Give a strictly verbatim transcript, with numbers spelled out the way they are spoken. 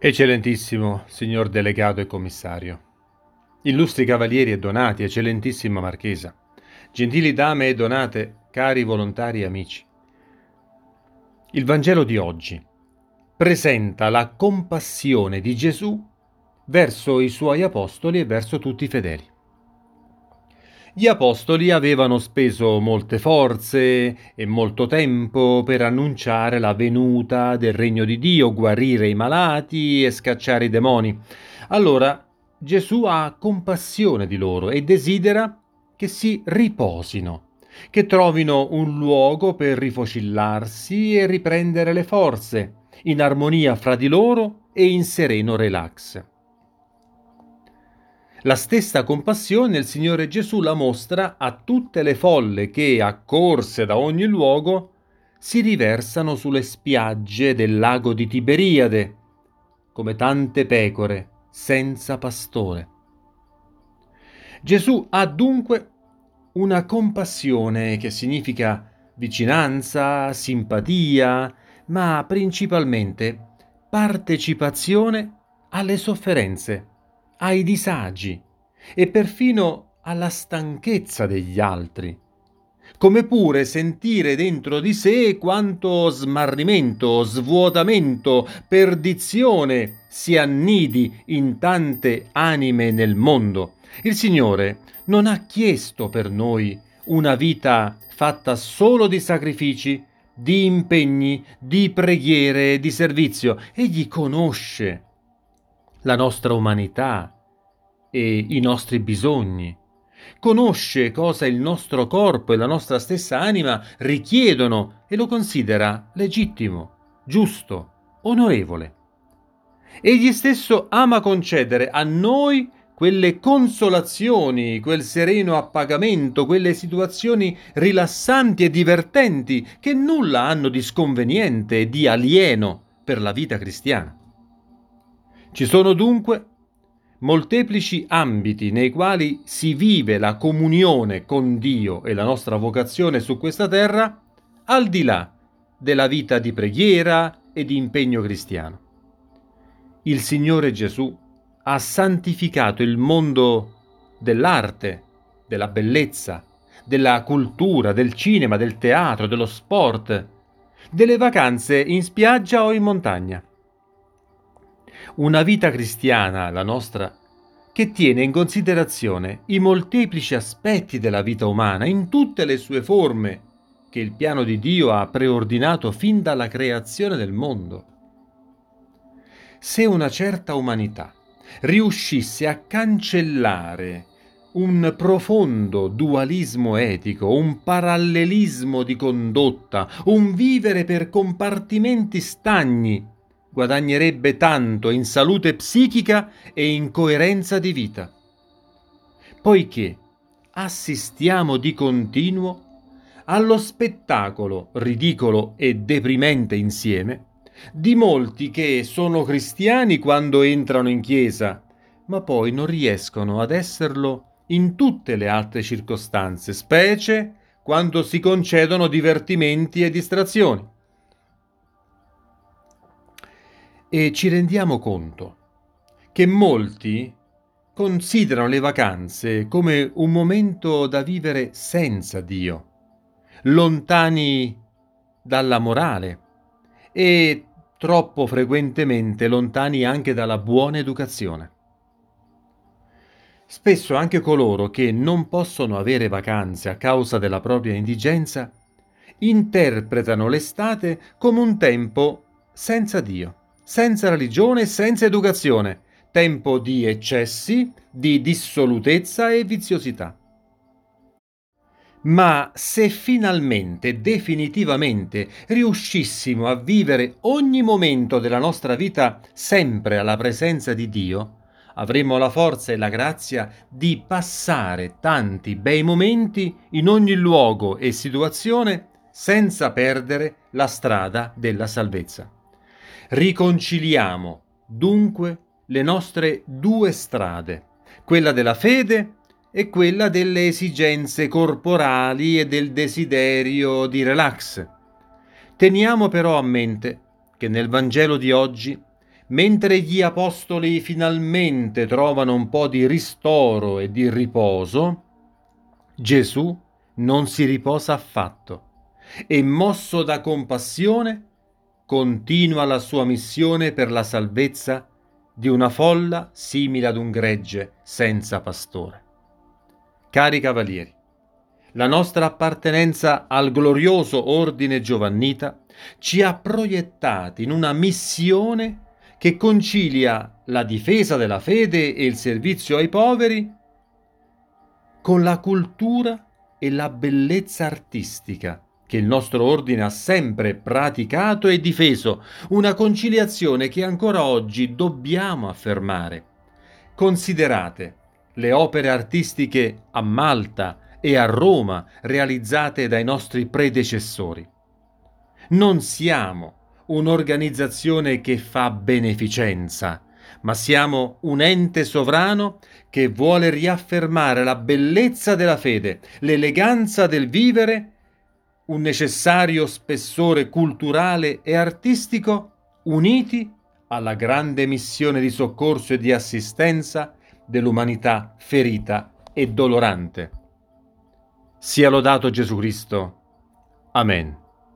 Eccellentissimo signor delegato e commissario, illustri cavalieri e donati, eccellentissima marchesa, gentili dame e donate, cari volontari e amici. Il Vangelo di oggi presenta la compassione di Gesù verso i suoi apostoli e verso tutti i fedeli. Gli apostoli avevano speso molte forze e molto tempo per annunciare la venuta del regno di Dio, guarire i malati e scacciare i demoni. Allora Gesù ha compassione di loro e desidera che si riposino, che trovino un luogo per rifocillarsi e riprendere le forze, in armonia fra di loro e in sereno relax. La stessa compassione il Signore Gesù la mostra a tutte le folle che, accorse da ogni luogo, si riversano sulle spiagge del lago di Tiberiade, come tante pecore senza pastore. Gesù ha dunque una compassione che significa vicinanza, simpatia, ma principalmente partecipazione alle sofferenze, ai disagi e perfino alla stanchezza degli altri, come pure sentire dentro di sé quanto smarrimento, svuotamento, perdizione si annidi in tante anime nel mondo. Il Signore non ha chiesto per noi una vita fatta solo di sacrifici, di impegni, di preghiere, di servizio. Egli conosce la nostra umanità e i nostri bisogni. Conosce cosa il nostro corpo e la nostra stessa anima richiedono e lo considera legittimo, giusto, onorevole. Egli stesso ama concedere a noi quelle consolazioni, quel sereno appagamento, quelle situazioni rilassanti e divertenti che nulla hanno di sconveniente e di alieno per la vita cristiana. Ci sono dunque molteplici ambiti nei quali si vive la comunione con Dio e la nostra vocazione su questa terra, al di là della vita di preghiera e di impegno cristiano. Il Signore Gesù ha santificato il mondo dell'arte, della bellezza, della cultura, del cinema, del teatro, dello sport, delle vacanze in spiaggia o in montagna. Una vita cristiana, la nostra, che tiene in considerazione i molteplici aspetti della vita umana in tutte le sue forme che il piano di Dio ha preordinato fin dalla creazione del mondo. Se una certa umanità riuscisse a cancellare un profondo dualismo etico, un parallelismo di condotta, un vivere per compartimenti stagni, guadagnerebbe tanto in salute psichica e in coerenza di vita, poiché assistiamo di continuo allo spettacolo ridicolo e deprimente insieme di molti che sono cristiani quando entrano in chiesa, ma poi non riescono ad esserlo in tutte le altre circostanze, specie quando si concedono divertimenti e distrazioni. E ci rendiamo conto che molti considerano le vacanze come un momento da vivere senza Dio, lontani dalla morale e troppo frequentemente lontani anche dalla buona educazione. Spesso anche coloro che non possono avere vacanze a causa della propria indigenza interpretano l'estate come un tempo senza Dio, senza religione e senza educazione, tempo di eccessi, di dissolutezza e viziosità. Ma se finalmente, definitivamente, riuscissimo a vivere ogni momento della nostra vita sempre alla presenza di Dio, avremmo la forza e la grazia di passare tanti bei momenti in ogni luogo e situazione senza perdere la strada della salvezza. Riconciliamo dunque le nostre due strade, quella della fede e quella delle esigenze corporali e del desiderio di relax. Teniamo però a mente che nel Vangelo di oggi mentre gli apostoli finalmente trovano un po' di ristoro e di riposo, Gesù non si riposa affatto e, mosso da compassione, continua la sua missione per la salvezza di una folla simile ad un gregge senza pastore. Cari cavalieri, la nostra appartenenza al glorioso ordine giovannita ci ha proiettati in una missione che concilia la difesa della fede e il servizio ai poveri con la cultura e la bellezza artistica che il nostro ordine ha sempre praticato e difeso, una conciliazione che ancora oggi dobbiamo affermare. Considerate le opere artistiche a Malta e a Roma realizzate dai nostri predecessori. Non siamo un'organizzazione che fa beneficenza, ma siamo un ente sovrano che vuole riaffermare la bellezza della fede, l'eleganza del vivere, un necessario spessore culturale e artistico, uniti alla grande missione di soccorso e di assistenza dell'umanità ferita e dolorante. Sia lodato Gesù Cristo. Amen.